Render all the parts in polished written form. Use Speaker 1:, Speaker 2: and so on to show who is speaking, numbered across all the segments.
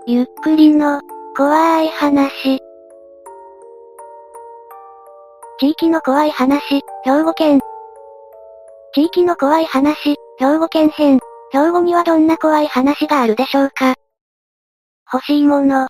Speaker 1: ゆっくりの、怖い話。地域の怖い話、兵庫県。地域の怖い話、兵庫県編。兵庫にはどんな怖い話があるでしょうか。欲しいもの。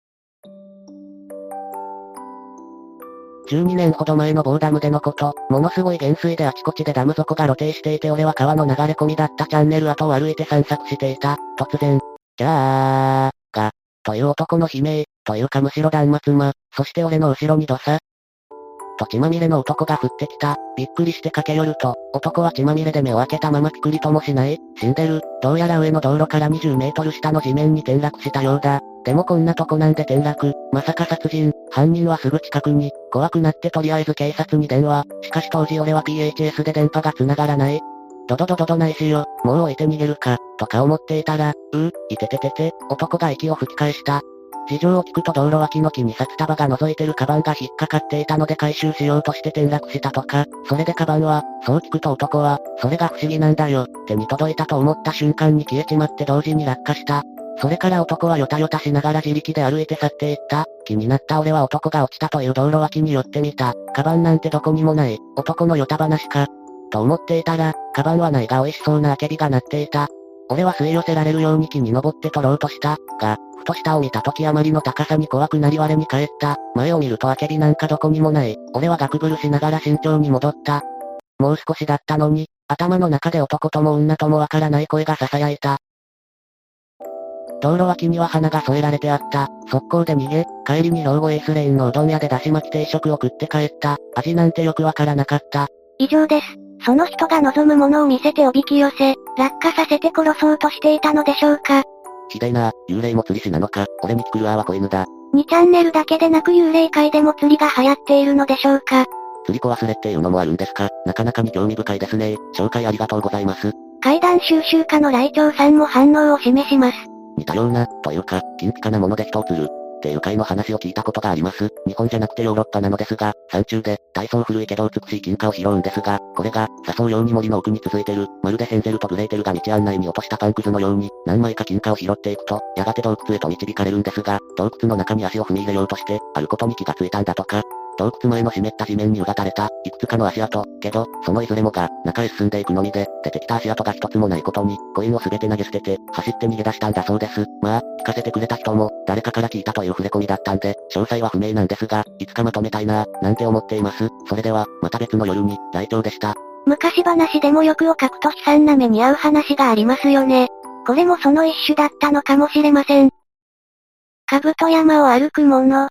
Speaker 2: 12年ほど前の某ダムでのこと、ものすごい減水であちこちでダム底が露呈していて俺は川の流れ込みだったチャンネル跡を歩いて散策していた。突然、じゃーが、という男の悲鳴、というかむしろ断末魔、そして俺の後ろにドサと血まみれの男が降ってきた。びっくりして駆け寄ると、男は血まみれで目を開けたままピクリともしない。死んでる。どうやら上の道路から20メートル下の地面に転落したようだ。でもこんなとこなんで転落。まさか殺人。犯人はすぐ近くに。怖くなってとりあえず警察に電話。しかし当時俺は PHS で電波が繋がらない。ドドドドドないしよ。もう置いて逃げるか。とか思っていたら、いてててて、男が息を吹き返した。事情を聞くと道路脇の木に札束が覗いてるカバンが引っかかっていたので回収しようとして転落したとか、それでカバンは、そう聞くと男は、それが不思議なんだよ、手に届いたと思った瞬間に消えちまって同時に落下した。それから男はよたよたしながら自力で歩いて去っていった。気になった俺は男が落ちたという道路脇に寄ってみた。カバンなんてどこにもない、男のよた話か。と思っていたら、カバンはないが美味しそうなあけびが鳴っていた。俺は吸い寄せられるように木に登って取ろうとした。が、ふと下を見た時あまりの高さに怖くなり我に返った。前を見るとあけびなんかどこにもない。俺はガクブルしながら慎重に戻った。もう少しだったのに、頭の中で男とも女ともわからない声が囁いた。道路脇には花が添えられてあった。速攻で逃げ、帰りに兵庫エースレーンのうどん屋でだし巻き定食を食って帰った。味なんてよくわからなかった。
Speaker 1: 以上です。その人が望むものを見せておびき寄せ、落下させて殺そうとしていたのでしょうか。
Speaker 2: ひでえな、幽霊も釣り師なのか、俺に聞くルアーは子犬だ。
Speaker 1: 2チャンネルだけでなく幽霊界でも釣りが流行っているのでしょうか。
Speaker 2: 釣り子忘れっていうのもあるんですか。なかなかに興味深いですね。紹介ありがとうございます。
Speaker 1: 怪談収集家の来長さんも反応を示します。
Speaker 2: 似たような、というか、金ピカなもので人を釣る。っていう回の話を聞いたことがあります。日本じゃなくてヨーロッパなのですが、山中で、大層古いけど美しい金貨を拾うんですが、これが、誘うように森の奥に続いてる、まるでヘンゼルとグレーテルが道案内に落としたパンくずのように、何枚か金貨を拾っていくと、やがて洞窟へと導かれるんですが、洞窟の中に足を踏み入れようとして、あることに気がついたんだとか。洞窟前の湿った地面にうがたれた、いくつかの足跡、けど、そのいずれもが、中へ進んでいくのみで、出てきた足跡が一つもないことに、コインをすべて投げ捨てて、走って逃げ出したんだそうです。まあ、聞かせてくれた人も、誰かから聞いたという触れ込みだったんで、詳細は不明なんですが、いつかまとめたいななんて思っています。それでは、また別の夜に、来長でした。
Speaker 1: 昔話でも欲をかくと悲惨な目に遭う話がありますよね。これもその一種だったのかもしれません。兜山を歩く者。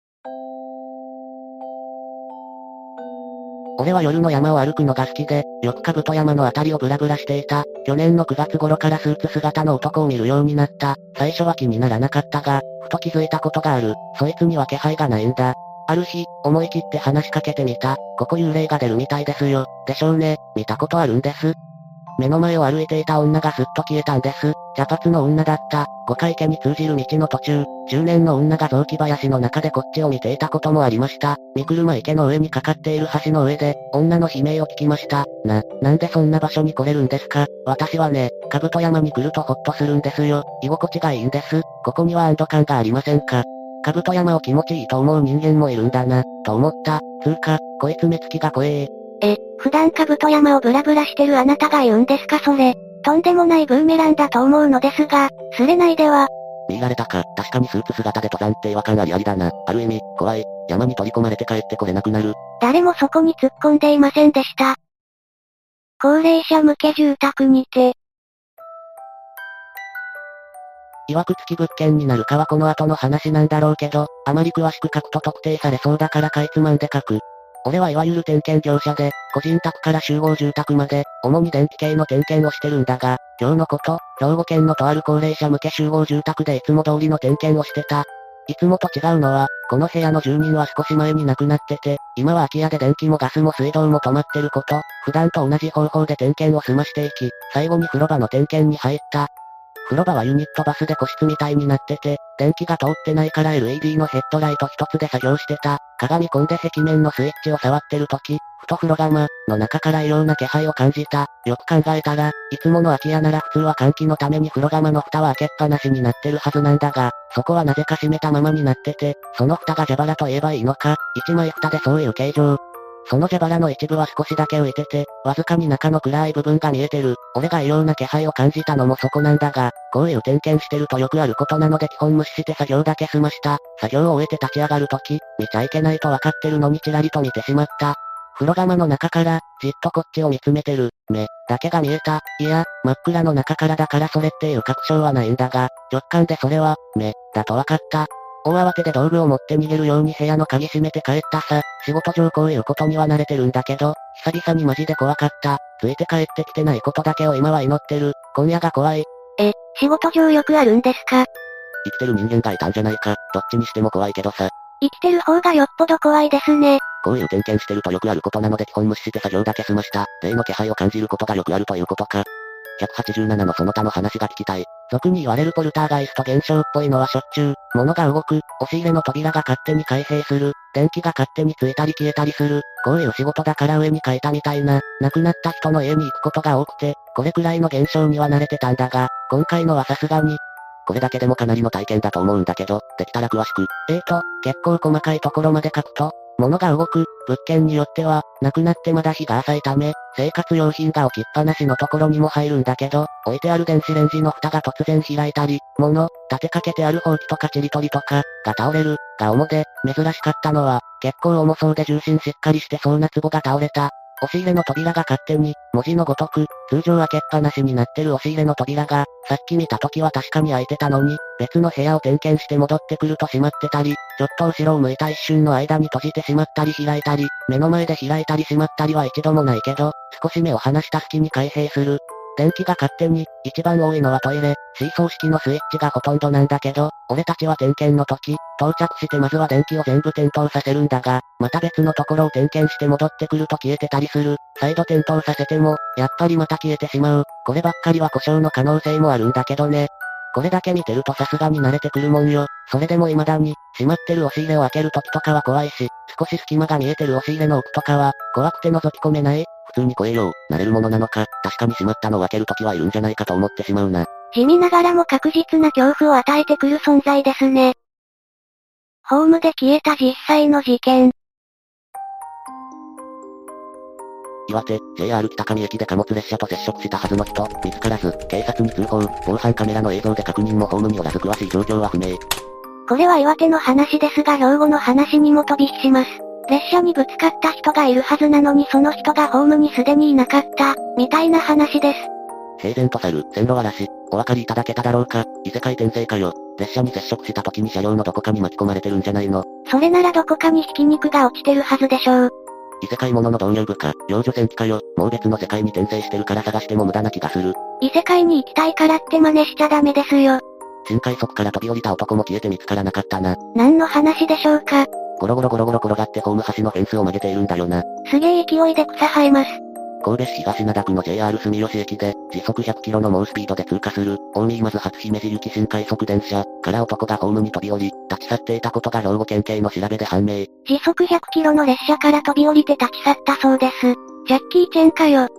Speaker 2: 俺は夜の山を歩くのが好きで、よく兜山のあたりをブラブラしていた。去年の9月頃からスーツ姿の男を見るようになった。最初は気にならなかったが、ふと気づいたことがある。そいつには気配がないんだ。ある日、思い切って話しかけてみた。ここ幽霊が出るみたいですよ。でしょうね。見たことあるんです。目の前を歩いていた女がすっと消えたんです。茶髪の女だった。五階家に通じる道の途中、中年の女が雑木林の中でこっちを見ていたこともありました。三車池の上にかかっている橋の上で、女の悲鳴を聞きました。なんでそんな場所に来れるんですか。私はね、兜山に来るとホッとするんですよ。居心地がいいんです。ここには安堵感がありませんか。兜山を気持ちいいと思う人間もいるんだな、と思った。つうか、こいつ目つきが怖え。
Speaker 1: 普段兜山をブラブラしてるあなたが言うんですかそれ。とんでもないブーメランだと思うのですが、すれないでは。
Speaker 2: 見られたか。確かにスーツ姿で登山って違和感ありありだな。ある意味、怖い。山に取り込まれて帰ってこれなくなる。
Speaker 1: 誰もそこに突っ込んでいませんでした。高齢者向け住宅にて。
Speaker 2: 曰く付き物件になるかはこの後の話なんだろうけど、あまり詳しく書くと特定されそうだからかいつまんで書く。俺はいわゆる点検業者で、個人宅から集合住宅まで、主に電気系の点検をしてるんだが、今日のこと、兵庫県のとある高齢者向け集合住宅でいつも通りの点検をしてた。いつもと違うのは、この部屋の住人は少し前に亡くなってて、今は空き家で電気もガスも水道も止まってること、普段と同じ方法で点検を済ましていき、最後に風呂場の点検に入った。風呂場はユニットバスで個室みたいになってて、電気が通ってないから LED のヘッドライト一つで作業してた。鏡込んで壁面のスイッチを触ってる時、ふと風呂釜の中から異様な気配を感じた。よく考えたら、いつもの空き家なら普通は換気のために風呂釜の蓋は開けっぱなしになってるはずなんだが、 そこはなぜか閉めたままになってて、その蓋が蛇腹と言えばいいのか、一枚蓋でそういう形状。その蛇腹の一部は少しだけ浮いてて、わずかに中の暗い部分が見えてる。俺が異様な気配を感じたのもそこなんだが、こういう点検してるとよくあることなので基本無視して作業だけ済ました。作業を終えて立ち上がるとき、見ちゃいけないと分かってるのにチラリと見てしまった。風呂釜の中から、じっとこっちを見つめてる、目、だけが見えた。いや、真っ暗の中からだからそれっていう確証はないんだが、直感でそれは、目、だと分かった。大慌てで道具を持って逃げるように部屋の鍵閉めて帰ったさ。仕事上こういうことには慣れてるんだけど、久々にマジで怖かった。ついて帰ってきてないことだけを今は祈ってる。今夜が怖い。
Speaker 1: 仕事上よくあるんですか？
Speaker 2: 生きてる人間がいたんじゃないか。どっちにしても怖いけどさ。
Speaker 1: 生きてる方がよっぽど怖いですね。
Speaker 2: こういう点検してるとよくあることなので基本無視して作業だけ済ました。例の気配を感じることがよくあるということか。187のその他の話が聞きたい。俗に言われるポルターガイスト現象っぽいのはしょっちゅう。物が動く、押し入れの扉が勝手に開閉する、電気が勝手についたり消えたりする。こういう仕事だから上に書いたみたいな、亡くなった人の家に行くことが多くて、これくらいの現象には慣れてたんだが、今回のはさすがに、これだけでもかなりの体験だと思うんだけど、できたら詳しく。結構細かいところまで書くと、物が動く、物件によっては、亡くなってまだ日が浅いため、生活用品が置きっぱなしのところにも入るんだけど、置いてある電子レンジの蓋が突然開いたり、立てかけてあるほうきとかちりとりとか、が倒れる、が主で、珍しかったのは、結構重そうで重心しっかりしてそうな壺が倒れた。押し入れの扉が勝手に、文字のごとく、通常開けっぱなしになってる押し入れの扉が、さっき見た時は確かに開いてたのに、別の部屋を点検して戻ってくると閉まってたり、ちょっと後ろを向いた一瞬の間に閉じてしまったり開いたり、目の前で開いたり閉まったりは一度もないけど、少し目を離した隙に開閉する。電気が勝手に、一番多いのはトイレ、シーソー式のスイッチがほとんどなんだけど、俺たちは点検の時、到着してまずは電気を全部点灯させるんだが、また別のところを点検して戻ってくると消えてたりする。再度点灯させても、やっぱりまた消えてしまう。こればっかりは故障の可能性もあるんだけどね。これだけ見てるとさすがに慣れてくるもんよ。それでも未だに、閉まってる押し入れを開ける時とかは怖いし、少し隙間が見えてる押し入れの奥とかは、怖くて覗き込めない。普通に怖えよ。慣れるものなのか、確かに閉まったのを開ける時はいるんじゃないかと思ってしまうな。
Speaker 1: 地味ながらも確実な恐怖を与えてくる存在ですね。ホームで消えた実際の事件。
Speaker 2: 岩手、JR 北上駅で貨物列車と接触したはずの人、見つからず、警察に通報、防犯カメラの映像で確認もホームにおらず詳しい状況は不明。
Speaker 1: これは岩手の話ですが兵庫の話にも飛び火します。列車にぶつかった人がいるはずなのにその人がホームにすでにいなかった、みたいな話です。
Speaker 2: 平然と去る、線路嵐、お分かりいただけただろうか、異世界転生かよ。列車に接触した時に車両のどこかに巻き込まれてるんじゃないの？
Speaker 1: それならどこかにひき肉が落ちてるはずでしょう。
Speaker 2: 異世界ものの導入部か、幼女戦記かよ。もう別の世界に転生してるから探しても無駄な気がする。
Speaker 1: 異世界に行きたいからって真似しちゃダメですよ。
Speaker 2: 新快速から飛び降りた男も消えて見つからなかったな。
Speaker 1: 何の話でしょうか。
Speaker 2: ゴロゴロゴロゴロ転がってホーム端のフェンスを曲げているんだよな。
Speaker 1: すげえ勢いで草生えます。
Speaker 2: 神戸市東灘区の JR 住吉駅で、時速100キロの猛スピードで通過する、近江松初姫路行き新快速電車、から男がホームに飛び降り、立ち去っていたことが兵庫県警の調べで判明。
Speaker 1: 時速100キロの列車から飛び降りて立ち去ったそうです。ジャッキーチェンかよ。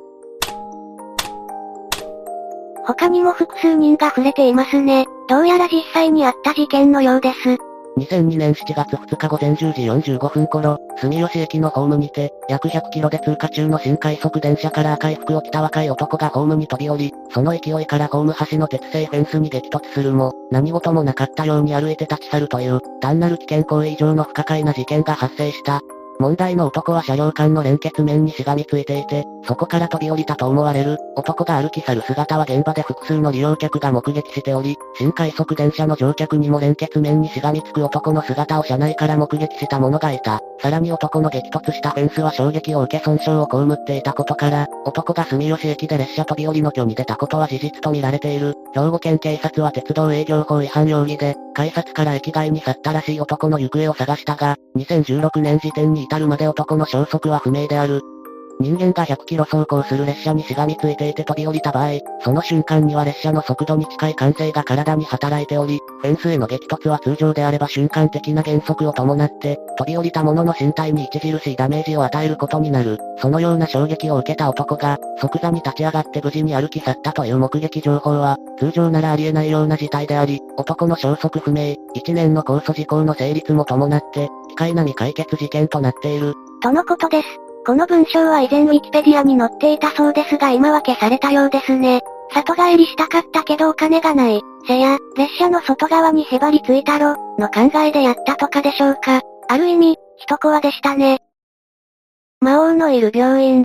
Speaker 1: 他にも複数人が触れていますね。どうやら実際にあった事件のようです。
Speaker 2: 2002年7月2日午前10時45分頃、住吉駅のホームにて、約100キロで通過中の新快速電車から赤い服を着た若い男がホームに飛び降り、その勢いからホーム端の鉄製フェンスに激突するも、何事もなかったように歩いて立ち去るという、単なる危険行為以上の不可解な事件が発生した。問題の男は車両間の連結面にしがみついていて、そこから飛び降りたと思われる、男が歩き去る姿は現場で複数の利用客が目撃しており、新快速電車の乗客にも連結面にしがみつく男の姿を車内から目撃した者がいた。さらに男の激突したフェンスは衝撃を受け損傷を被っていたことから、男が住吉駅で列車飛び降りの居に出たことは事実と見られている。兵庫県警察は鉄道営業法違反容疑で、改札から駅外に去ったらしい男の行方を探したが、2016年時点に至るまで男の消息は不明である。 人間が100キロ走行する列車にしがみついていて飛び降りた場合、その瞬間には列車の速度に近い慣性が体に働いており、フェンスへの激突は通常であれば瞬間的な減速を伴って、飛び降りた者の身体に著しいダメージを与えることになる。そのような衝撃を受けた男が、即座に立ち上がって無事に歩き去ったという目撃情報は、通常ならありえないような事態であり、男の消息不明、1年の控訴事項の成立も伴って、機械並み解決事件となっている。
Speaker 1: とのことです。この文章は以前ウィキペディアに載っていたそうですが今は消されたようですね。里帰りしたかったけどお金がない。せや、列車の外側にへばりついたろ、の考えでやったとかでしょうか。ある意味、一コアでしたね。魔王のいる病院。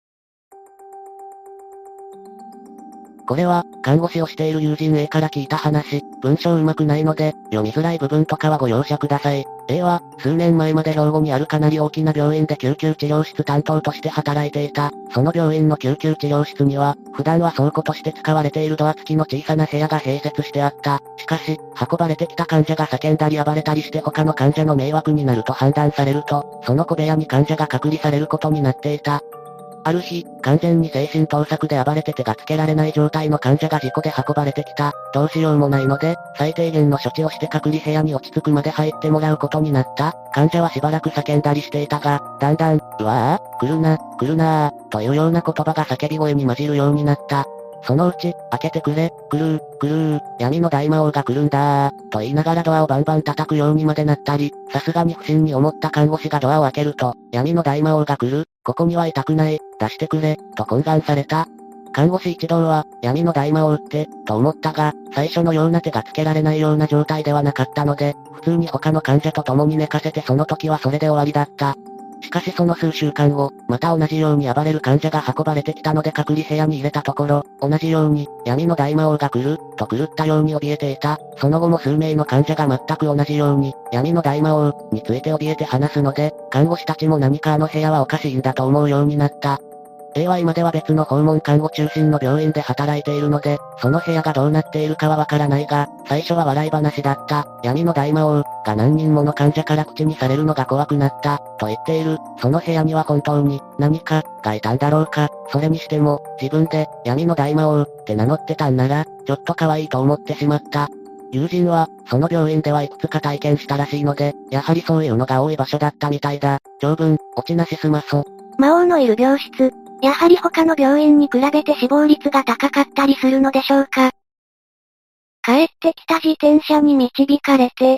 Speaker 2: これは、看護師をしている友人 A から聞いた話、文章上手くないので、読みづらい部分とかはご容赦ください。A は、数年前まで兵庫にあるかなり大きな病院で救急治療室担当として働いていた。その病院の救急治療室には、普段は倉庫として使われているドア付きの小さな部屋が併設してあった。しかし、運ばれてきた患者が叫んだり暴れたりして他の患者の迷惑になると判断されると、その小部屋に患者が隔離されることになっていた。ある日、完全に精神盗作で暴れて手がつけられない状態の患者が事故で運ばれてきた。どうしようもないので、最低限の処置をして隔離部屋に落ち着くまで入ってもらうことになった。患者はしばらく叫んだりしていたが、だんだん、うわぁ、来るなというような言葉が叫び声に混じるようになった。そのうち、開けてくれ、来る、闇の大魔王が来るんだと言いながらドアをバンバン叩くようにまでなったり、さすがに不審に思った看護師がドアを開けると、闇の大魔王が来る、ここにはいたくない、出してくれ、と懇願された。看護師一同は、闇の大魔王って、と思ったが、最初のような手がつけられないような状態ではなかったので、普通に他の患者と共に寝かせてその時はそれで終わりだった。しかしその数週間後、また同じように暴れる患者が運ばれてきたので隔離部屋に入れたところ、同じように、闇の大魔王が来る、と狂ったように怯えていた。その後も数名の患者が全く同じように、闇の大魔王、について怯えて話すので、看護師たちも何かあの部屋はおかしいんだと思うようになった。A は今では別の訪問看護中心の病院で働いているので、その部屋がどうなっているかはわからないが、最初は笑い話だった。闇の大魔王が何人もの患者から口にされるのが怖くなった、と言っている。その部屋には本当に何かがいたんだろうか。それにしても、自分で闇の大魔王って名乗ってたんなら、ちょっと可愛いと思ってしまった。友人は、その病院ではいくつか体験したらしいので、やはりそういうのが多い場所だったみたいだ。長文、落ちなしすまそ。
Speaker 1: 魔王のいる病室。やはり他の病院に比べて死亡率が高かったりするのでしょうか。帰ってきた自転車に導かれて。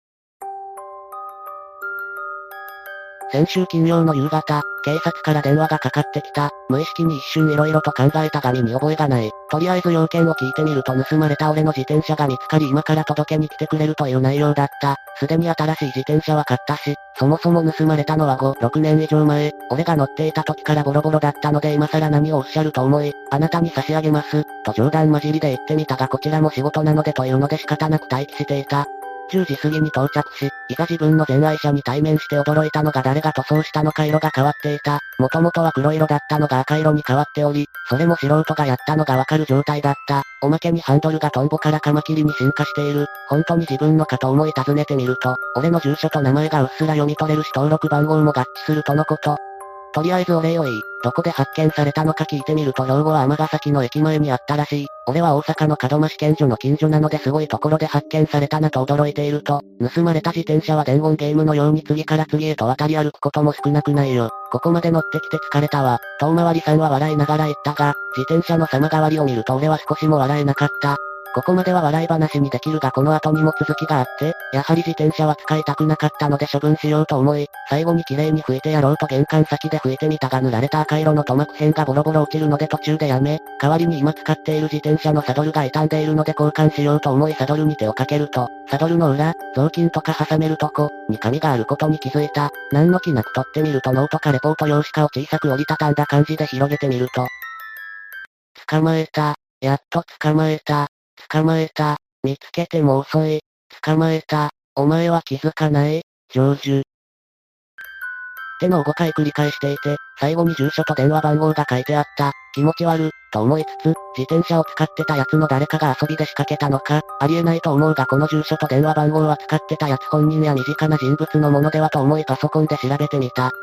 Speaker 2: 先週金曜の夕方、警察から電話がかかってきた。無意識に一瞬色々と考えたが身に覚えがない。とりあえず要件を聞いてみると盗まれた俺の自転車が見つかり今から届けに来てくれるという内容だった。すでに新しい自転車は買ったし、そもそも盗まれたのは5、6年以上前、俺が乗っていた時からボロボロだったので今更何をおっしゃると思い、あなたに差し上げます、と冗談交じりで言ってみたがこちらも仕事なのでというので仕方なく待機していた。10時過ぎに到着し、いざ自分の前愛車に対面して驚いたのが誰が塗装したのか色が変わっていた。もともとは黒色だったのが赤色に変わっており、それも素人がやったのがわかる状態だった。おまけにハンドルがトンボからカマキリに進化している。本当に自分のかと思い尋ねてみると、俺の住所と名前がうっすら読み取れるし登録番号も合致するとのこと。とりあえずお礼を言い、どこで発見されたのか聞いてみると兵庫は尼崎の駅前にあったらしい。俺は大阪の門真試験所の近所なのですごいところで発見されたなと驚いていると、盗まれた自転車は伝言ゲームのように次から次へと渡り歩くことも少なくないよ。ここまで乗ってきて疲れたわ。遠回りさんは笑いながら言ったが、自転車の様変わりを見ると俺は少しも笑えなかった。ここまでは笑い話にできるがこの後にも続きがあって、やはり自転車は使いたくなかったので処分しようと思い、最後に綺麗に拭いてやろうと玄関先で拭いてみたが塗られた赤色の塗膜片がボロボロ落ちるので途中でやめ、代わりに今使っている自転車のサドルが傷んでいるので交換しようと思いサドルに手をかけると、サドルの裏、雑巾とか挟めるとこ、に紙があることに気づいた。何の気なく取ってみるとノートかレポート用紙かを小さく折りたたんだ感じで広げてみると。捕まえた。やっと捕まえた。捕まえた。見つけても遅い。捕まえた。お前は気づかない。成就。ってのを5回繰り返していて、最後に住所と電話番号が書いてあった。気持ち悪、と思いつつ、自転車を使ってたやつの誰かが遊びで仕掛けたのか、ありえないと思うがこの住所と電話番号は使ってたやつ本人や身近な人物のものではと思いパソコンで調べてみた。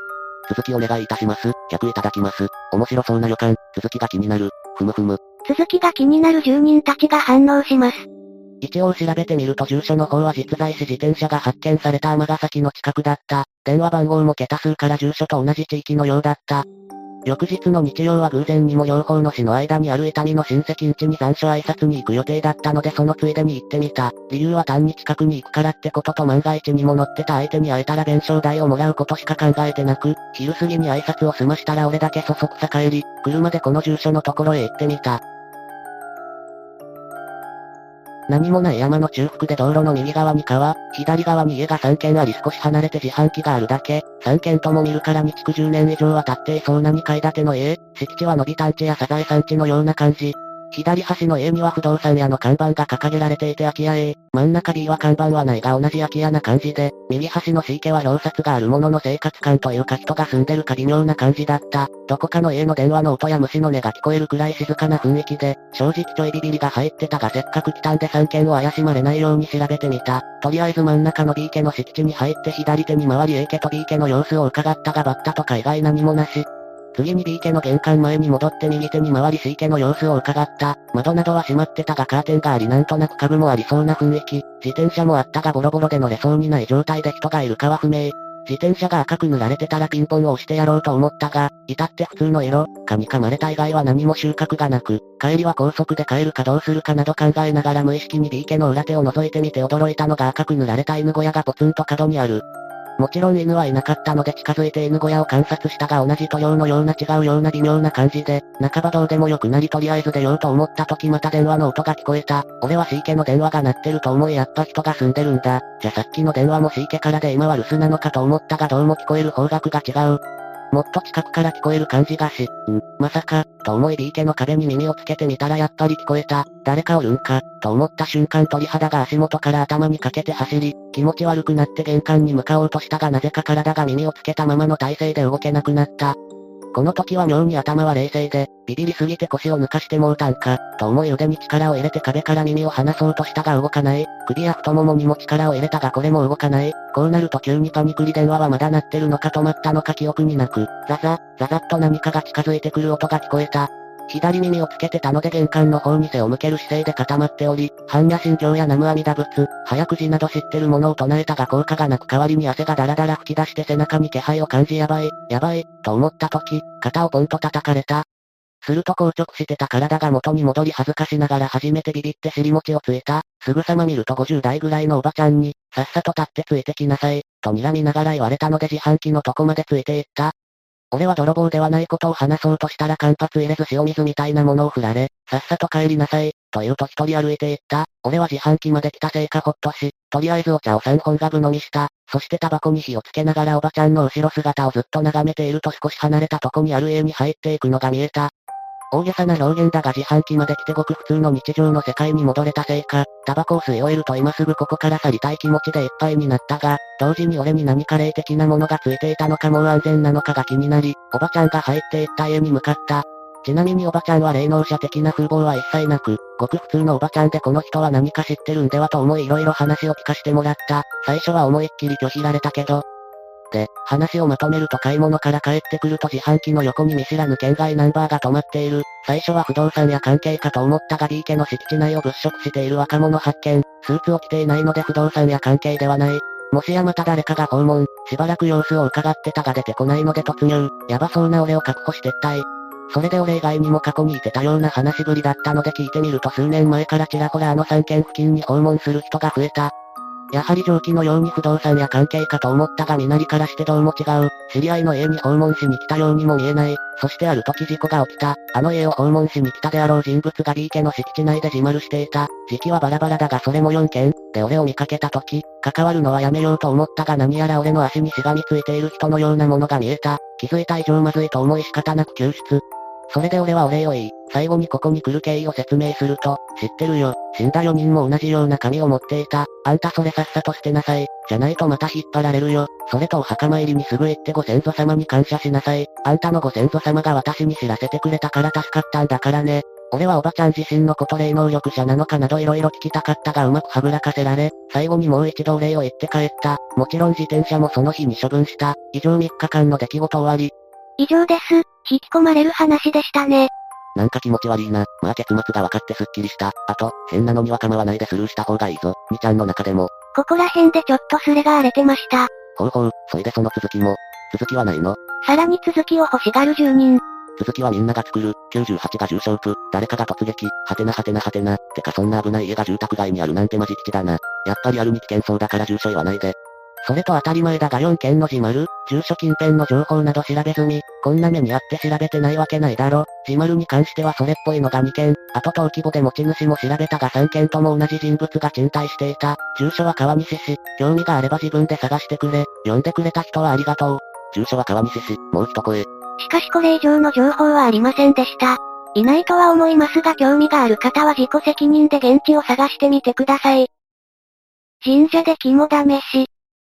Speaker 2: 続きお願いいたします。100いただきます。面白そうな予感。続きが気になる。ふむふむ。
Speaker 1: 続きが気になる住人たちが反応します。
Speaker 2: 一応調べてみると住所の方は実在し自転車が発見された尼崎の近くだった。電話番号も桁数から住所と同じ地域のようだった。翌日の日曜は偶然にも両方の市の間にある伊丹の親戚ん家に残暑挨拶に行く予定だったのでそのついでに行ってみた。理由は単に近くに行くからってことと万が一にも乗ってた相手に会えたら弁償代をもらうことしか考えてなく、昼過ぎに挨拶を済ましたら俺だけそそくさ帰り、車でこの住所のところへ行ってみた。何もない山の中腹で道路の右側に川、左側に家が3軒あり少し離れて自販機があるだけ。3軒とも見るからに築10年以上は経っていそうな2階建ての家、敷地はのびたんちやサザエさんちのような感じ。左端の家には不動産屋の看板が掲げられていて空き家 A、真ん中 B は看板はないが同じ空き家な感じで、右端の C 家は表札があるものの生活感というか人が住んでるか微妙な感じだった。どこかの家の電話の音や虫の音が聞こえるくらい静かな雰囲気で、正直ちょいビビりが入ってたがせっかく来たんで3件を怪しまれないように調べてみた。とりあえず真ん中の B 家の敷地に入って左手に回り A 家と B 家の様子を伺ったがバッタとか以外何もなし。次に B 家の玄関前に戻って右手に回り C 家の様子を伺った。窓などは閉まってたがカーテンがありなんとなく家具もありそうな雰囲気。自転車もあったがボロボロで乗れそうにない状態で人がいるかは不明。自転車が赤く塗られてたらピンポンを押してやろうと思ったが、至って普通の色、蚊に噛まれた以外は何も収穫がなく、帰りは高速で帰るかどうするかなど考えながら無意識に B 家の裏手を覗いてみて驚いたのが赤く塗られた犬小屋がポツンと角にある。もちろん犬はいなかったので近づいて犬小屋を観察したが同じ塗料のような違うような微妙な感じで、半ばどうでもよくなりとりあえず出ようと思った時また電話の音が聞こえた。俺は C 家の電話が鳴ってると思いやっぱ人が住んでるんだ。じゃさっきの電話も C 家からで今は留守なのかと思ったがどうも聞こえる方角が違う。もっと近くから聞こえる感じがし、まさか、と思い B 家の壁に耳をつけてみたらやっぱり聞こえた。誰かおるんか、と思った瞬間鳥肌が足元から頭にかけて走り、気持ち悪くなって玄関に向かおうとしたがなぜか体が耳をつけたままの体勢で動けなくなった。この時は妙に頭は冷静で、ビビりすぎて腰を抜かしてもうたんか、と思い腕に力を入れて壁から耳を離そうとしたが動かない。首や太ももにも力を入れたがこれも動かない。こうなると急にパニクリ電話はまだ鳴ってるのか止まったのか記憶になく、ザザッと何かが近づいてくる音が聞こえた。左耳をつけてたので玄関の方に背を向ける姿勢で固まっており、般若心経や南無阿弥陀仏、早口など知ってるものを唱えたが効果がなく代わりに汗がダラダラ吹き出して背中に気配を感じやばい、と思った時、肩をポンと叩かれた。すると硬直してた体が元に戻り恥ずかしながら初めてビビって尻餅をついた。すぐさま見ると50代ぐらいのおばちゃんに、さっさと立ってついてきなさい、と睨みながら言われたので自販機のとこまでついていった。俺は泥棒ではないことを話そうとしたら間髪入れず塩水みたいなものを振られ、さっさと帰りなさい、と言うと一人歩いていった。俺は自販機まで来たせいかほっとし、とりあえずお茶を3本ガブ飲みした。そしてタバコに火をつけながらおばちゃんの後ろ姿をずっと眺めていると少し離れたとこにある家に入っていくのが見えた。大げさな表現だが自販機まで来てごく普通の日常の世界に戻れたせいか、タバコを吸い終えると今すぐここから去りたい気持ちでいっぱいになったが、同時に俺に何か霊的なものがついていたのかもう安全なのかが気になり、おばちゃんが入っていった家に向かった。ちなみにおばちゃんは霊能者的な風貌は一切なく、ごく普通のおばちゃんでこの人は何か知ってるんではと思い色々話を聞かしてもらった。最初は思いっきり拒否られたけど、で、話をまとめると買い物から帰ってくると自販機の横に見知らぬ県外ナンバーが止まっている。最初は不動産や関係かと思ったが B 家の敷地内を物色している若者発見。スーツを着ていないので不動産や関係ではない。もしやまた誰かが訪問、しばらく様子を伺ってたが出てこないので突入。やばそうな俺を確保してったい。それで俺以外にも過去にいてたような話しぶりだったので聞いてみると数年前からちらほらあの3軒付近に訪問する人が増えた。やはり上記のように不動産や関係かと思ったが身なりからしてどうも違う。知り合いの家に訪問しに来たようにも見えない。そしてある時事故が起きた。あの家を訪問しに来たであろう人物が B 家の敷地内で自丸していた。時期はバラバラだがそれも4件。で俺を見かけた時、関わるのはやめようと思ったが何やら俺の足にしがみついている人のようなものが見えた。気づいた以上まずいと思い仕方なく救出。それで俺はお礼を言い、最後にここに来る経緯を説明すると、知ってるよ、死んだ4人も同じような紙を持っていた。あんたそれさっさと捨てなさい。じゃないとまた引っ張られるよ。それとお墓参りにすぐ行ってご先祖様に感謝しなさい。あんたのご先祖様が私に知らせてくれたから助かったんだからね。 俺はおばちゃん自身のこと霊能力者なのかなど色々聞きたかったがうまくはぶらかせられ、最後にもう一度お礼を言って帰った。もちろん自転車もその日に処分した。以上3日間の出来事終わり。
Speaker 1: 以上です。引き込まれる話でしたね。
Speaker 2: なんか気持ち悪いな。まあ結末が分かってすっきりした。あと、変なのには構わないでスルーした方がいいぞ。みちゃんの中でも。
Speaker 1: ここら辺でちょっとスレが荒れてました。
Speaker 2: ほうほう、そいでその続きも。続きはないの？
Speaker 1: さらに続きを欲しがる住人。
Speaker 2: 続きはみんなが作る。98が重傷区。誰かが突撃。はてなはてなはてな。てかそんな危ない家が住宅街にあるなんてマジ吉だな。やっぱりあるに危険そうだから住所言わないで。それと当たり前だが4件の自丸、住所近辺の情報など調べずに、こんな目にあって調べてないわけないだろ。自丸に関してはそれっぽいのが2件、あと登記簿で持ち主も調べたが3件とも同じ人物が賃貸していた。住所は川西市、興味があれば自分で探してくれ。読んでくれた人はありがとう。住所は川西市、もう一声。
Speaker 1: しかしこれ以上の情報はありませんでした。いないとは思いますが興味がある方は自己責任で現地を探してみてください。神社で肝試し。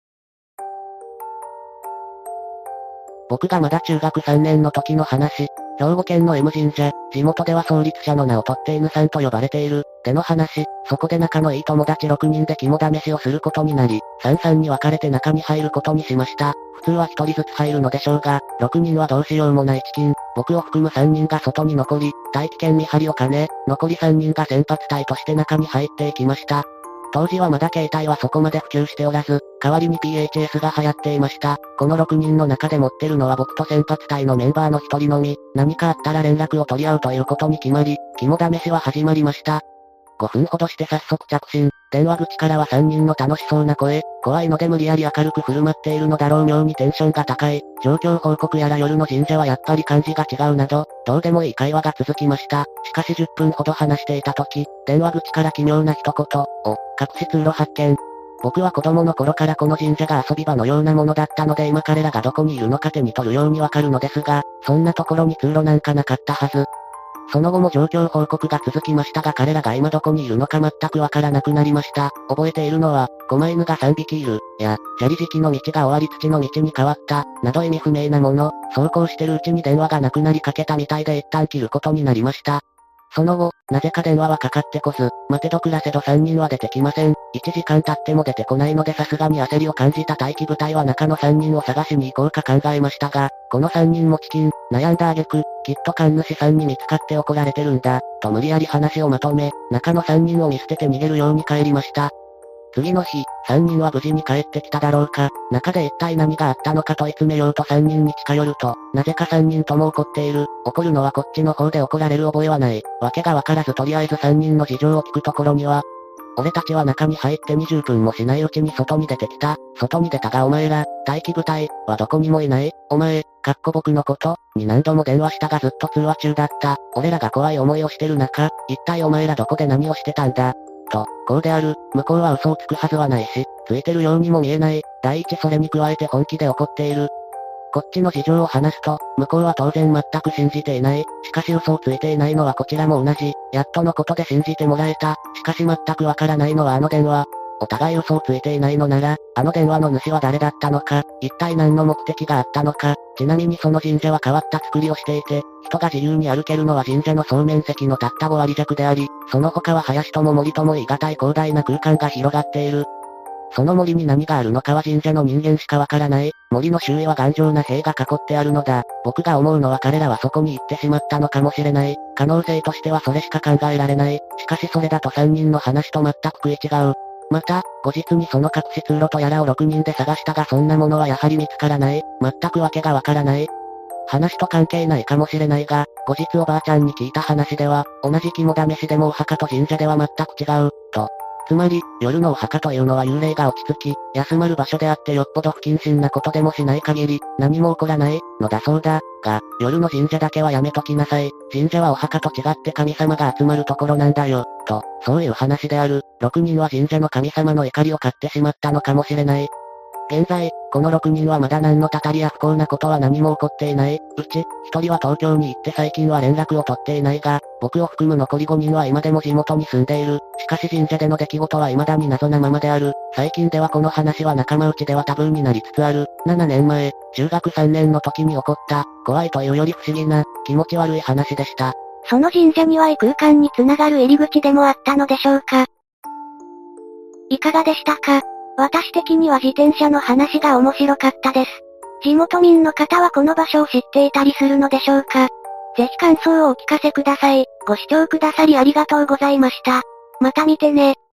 Speaker 2: 僕がまだ中学3年の時の話。兵庫県の M 神社、地元では創立者の名を取って犬さんと呼ばれている、での話、そこで仲のいい友達6人で肝試しをすることになり、3に分かれて中に入ることにしました。普通は1人ずつ入るのでしょうが、6人はどうしようもないチキン、僕を含む3人が外に残り、大気圏見張りを兼ね、残り3人が先発隊として中に入っていきました。当時はまだ携帯はそこまで普及しておらず、代わりに PHS が流行っていました。この6人の中で持ってるのは僕と先発隊のメンバーの1人のみ、何かあったら連絡を取り合うということに決まり、肝試しは始まりました。5分ほどして早速着信、電話口からは3人の楽しそうな声、怖いので無理やり明るく振る舞っているのだろう妙にテンションが高い、状況報告やら夜の神社はやっぱり感じが違うなど、どうでもいい会話が続きました。しかし10分ほど話していた時、電話口から奇妙な一言、隠し通路発見。僕は子供の頃からこの神社が遊び場のようなものだったので今彼らがどこにいるのか手に取るようにわかるのですが、そんなところに通路なんかなかったはず。その後も状況報告が続きましたが彼らが今どこにいるのか全くわからなくなりました。覚えているのは、狛犬が3匹いる、や、砂利敷きの道が終わり土の道に変わった、など意味不明なもの、そうこうしてるうちに電話がなくなりかけたみたいで一旦切ることになりました。その後、なぜか電話はかかってこず、待てど暮らせど3人は出てきません。1時間経っても出てこないのでさすがに焦りを感じた待機部隊は中の3人を探しに行こうか考えましたが、この3人もチキン、悩んだ挙句、きっと神主さんに見つかって怒られてるんだ、と無理やり話をまとめ、中の3人を見捨てて逃げるように帰りました。次の日、3人は無事に帰ってきただろうか、中で一体何があったのか問い詰めようと3人に近寄ると、なぜか3人とも怒っている、怒るのはこっちの方で怒られる覚えはない、わけがわからずとりあえず3人の事情を聞くところには、俺たちは中に入って20分もしないうちに外に出てきた。外に出たがお前ら、待機部隊、はどこにもいない。お前、僕のこと、に何度も電話したがずっと通話中だった。俺らが怖い思いをしてる中、一体お前らどこで何をしてたんだ。と、こうである。向こうは嘘をつくはずはないし、ついてるようにも見えない。第一それに加えて本気で怒っている。こっちの事情を話すと、向こうは当然全く信じていない。しかし嘘をついていないのはこちらも同じ。やっとのことで信じてもらえた。しかし全くわからないのはあの電話。お互い嘘をついていないのなら、あの電話の主は誰だったのか、一体何の目的があったのか。ちなみにその神社は変わった作りをしていて、人が自由に歩けるのは神社の総面積のたった5割弱であり、その他は林とも森とも言い難い広大な空間が広がっている。その森に何があるのかは神社の人間しかわからない。森の周囲は頑丈な塀が囲ってあるのだ。僕が思うのは彼らはそこに行ってしまったのかもしれない。可能性としてはそれしか考えられない。しかしそれだと3人の話と全く食い違う。また、後日にその隠し通路とやらを6人で探したがそんなものはやはり見つからない。全くわけがわからない。話と関係ないかもしれないが、後日おばあちゃんに聞いた話では、同じ肝試しでもお墓と神社では全く違う、と。つまり、夜のお墓というのは幽霊が落ち着き、休まる場所であってよっぽど不謹慎なことでもしない限り、何も起こらない、のだそうだ。が、夜の神社だけはやめときなさい。神社はお墓と違って神様が集まるところなんだよ、と、そういう話である。6人は神社の神様の怒りを買ってしまったのかもしれない。現在、この6人はまだ何のたたりや不幸なことは何も起こっていない。うち、1人は東京に行って最近は連絡を取っていないが、僕を含む残り5人は今でも地元に住んでいる。しかし神社での出来事は未だに謎なままである。最近ではこの話は仲間内ではタブーになりつつある。7年前、中学3年の時に起こった、怖いというより不思議な、気持ち悪い話でした。
Speaker 1: その神社には異空間に繋がる入り口でもあったのでしょうか。いかがでしたか？私的には自転車の話が面白かったです。地元民の方はこの場所を知っていたりするのでしょうか？ぜひ感想をお聞かせください。ご視聴くださりありがとうございました。また見てね。